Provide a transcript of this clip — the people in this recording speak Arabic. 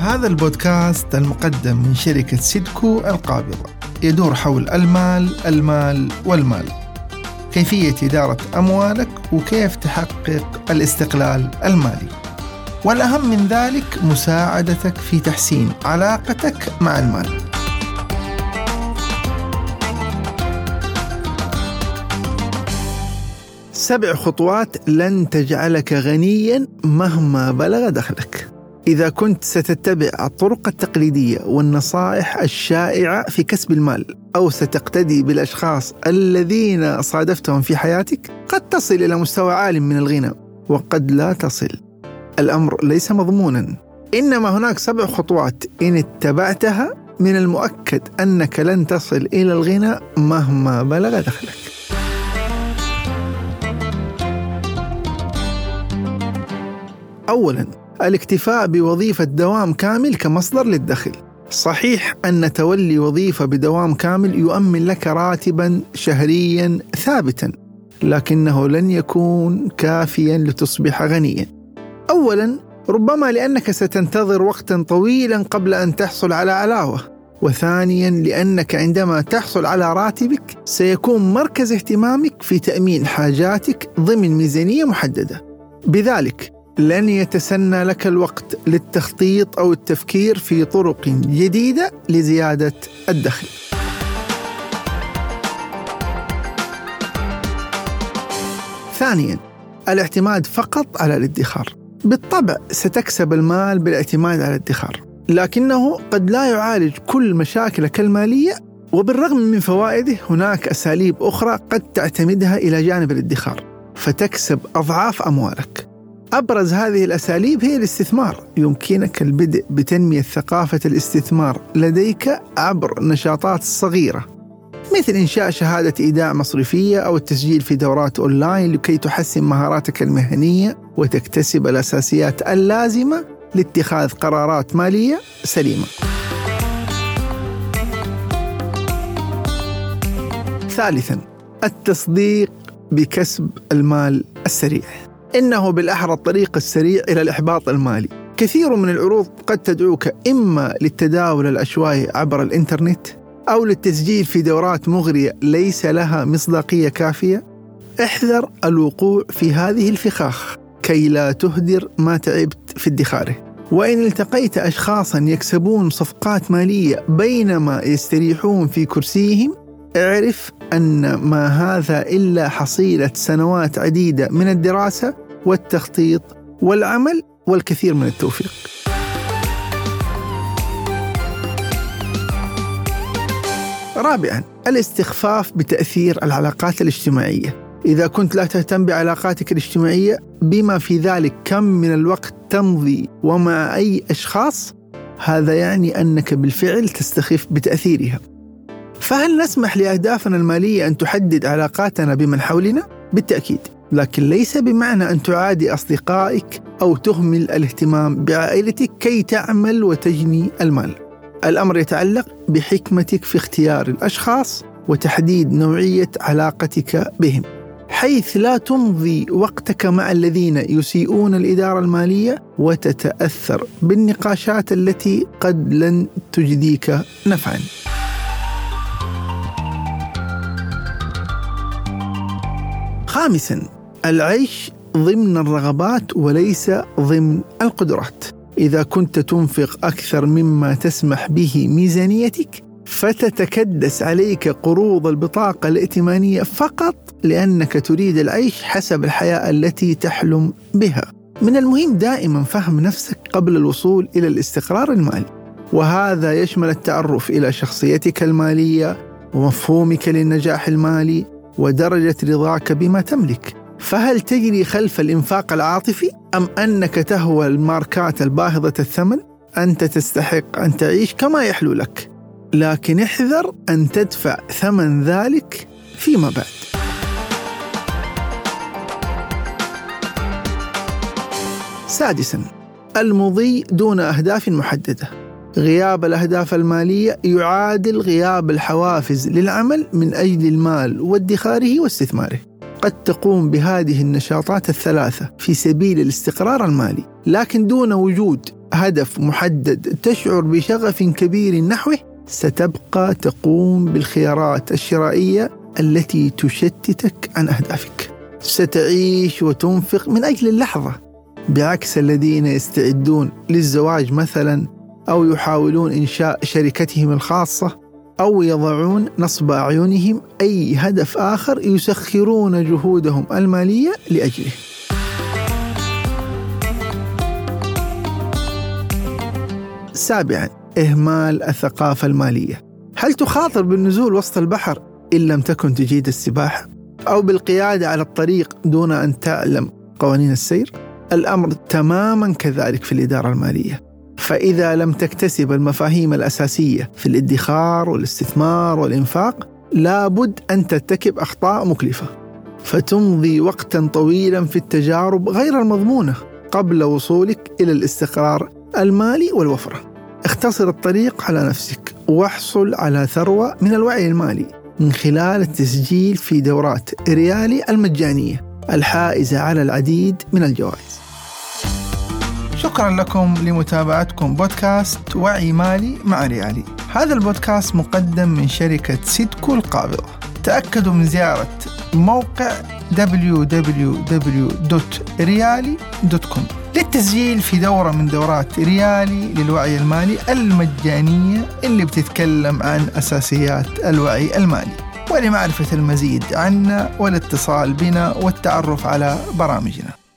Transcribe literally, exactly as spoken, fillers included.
هذا البودكاست المقدم من شركة سيدكو القابضة يدور حول المال المال والمال، كيفية إدارة أموالك وكيف تحقق الاستقلال المالي، والأهم من ذلك مساعدتك في تحسين علاقتك مع المال. سبع خطوات لن تجعلك غنياً مهما بلغ دخلك. إذا كنت ستتبع الطرق التقليدية والنصائح الشائعة في كسب المال، أو ستقتدي بالأشخاص الذين صادفتهم في حياتك، قد تصل إلى مستوى عال من الغنى وقد لا تصل. الأمر ليس مضموناً، إنما هناك سبع خطوات إن اتبعتها من المؤكد أنك لن تصل إلى الغنى مهما بلغ دخلك. أولاً، الاكتفاء بوظيفة دوام كامل كمصدر للدخل. صحيح أن تولي وظيفة بدوام كامل يؤمن لك راتباً شهرياً ثابتاً، لكنه لن يكون كافياً لتصبح غنياً. أولاً، ربما لأنك ستنتظر وقتاً طويلاً قبل أن تحصل على علاوة، وثانياً لأنك عندما تحصل على راتبك سيكون مركز اهتمامك في تأمين حاجاتك ضمن ميزانية محددة، بذلك لن يتسنى لك الوقت للتخطيط أو التفكير في طرق جديدة لزيادة الدخل. ثانياً، الاعتماد فقط على الادخار. بالطبع ستكسب المال بالاعتماد على الادخار، لكنه قد لا يعالج كل مشاكلك المالية، وبالرغم من فوائده هناك أساليب أخرى قد تعتمدها إلى جانب الادخار فتكسب أضعاف أموالك. أبرز هذه الأساليب هي الاستثمار. يمكنك البدء بتنمية ثقافة الاستثمار لديك عبر نشاطات صغيرة، مثل إنشاء شهادة إيداع مصرفية أو التسجيل في دورات أونلاين لكي تحسن مهاراتك المهنية وتكتسب الأساسيات اللازمة لاتخاذ قرارات مالية سليمة. ثالثاً، التصديق بكسب المال السريع. إنه بالأحرى الطريق السريع إلى الإحباط المالي. كثير من العروض قد تدعوك إما للتداول العشوائي عبر الإنترنت أو للتسجيل في دورات مغرية ليس لها مصداقية كافية. احذر الوقوع في هذه الفخاخ كي لا تهدر ما تعبت في ادخاره. وإن التقيت أشخاصا يكسبون صفقات مالية بينما يستريحون في كرسيهم، اعرف أن ما هذا إلا حصيلة سنوات عديدة من الدراسة والتخطيط والعمل والكثير من التوفيق. رابعاً، الاستخفاف بتأثير العلاقات الاجتماعية. إذا كنت لا تهتم بعلاقاتك الاجتماعية بما في ذلك كم من الوقت تمضي ومع أي أشخاص، هذا يعني أنك بالفعل تستخف بتأثيرها. فهل نسمح لأهدافنا المالية أن تحدد علاقاتنا بمن حولنا؟ بالتأكيد، لكن ليس بمعنى أن تعادي أصدقائك أو تهمل الاهتمام بعائلتك كي تعمل وتجني المال. الأمر يتعلق بحكمتك في اختيار الأشخاص وتحديد نوعية علاقتك بهم، حيث لا تمضي وقتك مع الذين يسيئون الإدارة المالية وتتأثر بالنقاشات التي قد لن تجديك نفعاً. خامساً، العيش ضمن الرغبات وليس ضمن القدرات. إذا كنت تنفق أكثر مما تسمح به ميزانيتك، فتتكدس عليك قروض البطاقة الائتمانية فقط لأنك تريد العيش حسب الحياة التي تحلم بها. من المهم دائماً فهم نفسك قبل الوصول إلى الاستقرار المالي، وهذا يشمل التعرف إلى شخصيتك المالية ومفهومك للنجاح المالي ودرجة رضاك بما تملك. فهل تجري خلف الإنفاق العاطفي أم أنك تهوى الماركات الباهظة الثمن؟ أنت تستحق أن تعيش كما يحلو لك، لكن احذر أن تدفع ثمن ذلك فيما بعد. سادساً، المضي دون أهداف محددة. غياب الأهداف المالية يعادل غياب الحوافز للعمل من أجل المال وادخاره واستثماره. قد تقوم بهذه النشاطات الثلاثة في سبيل الاستقرار المالي، لكن دون وجود هدف محدد تشعر بشغف كبير نحوه، ستبقى تقوم بالخيارات الشرائية التي تشتتك عن أهدافك. ستعيش وتنفق من أجل اللحظة، بعكس الذين يستعدون للزواج مثلا، أو يحاولون إنشاء شركتهم الخاصة، أو يضعون نصب أعينهم أي هدف آخر يسخرون جهودهم المالية لأجله. سابعا، إهمال الثقافة المالية. هل تخاطر بالنزول وسط البحر إن لم تكن تجيد السباحة؟ أو بالقيادة على الطريق دون أن تعلم قوانين السير؟ الأمر تماما كذلك في الإدارة المالية. فإذا لم تكتسب المفاهيم الأساسية في الادخار والاستثمار والإنفاق، لابد أن ترتكب أخطاء مكلفة، فتمضي وقتا طويلا في التجارب غير المضمونة قبل وصولك إلى الاستقرار المالي والوفرة. اختصر الطريق على نفسك، واحصل على ثروة من الوعي المالي من خلال التسجيل في دورات ريالي المجانية الحائزة على العديد من الجوائز. شكرا لكم لمتابعتكم بودكاست وعي مالي مع ريالي. هذا البودكاست مقدم من شركة سيدكو القابضة. تأكدوا من زيارة موقع دبليو دبليو دبليو دوت ريالي دوت كوم للتسجيل في دورة من دورات ريالي للوعي المالي المجانية اللي بتتكلم عن أساسيات الوعي المالي. ولمعرفة المزيد عنا والاتصال بنا والتعرف على برامجنا.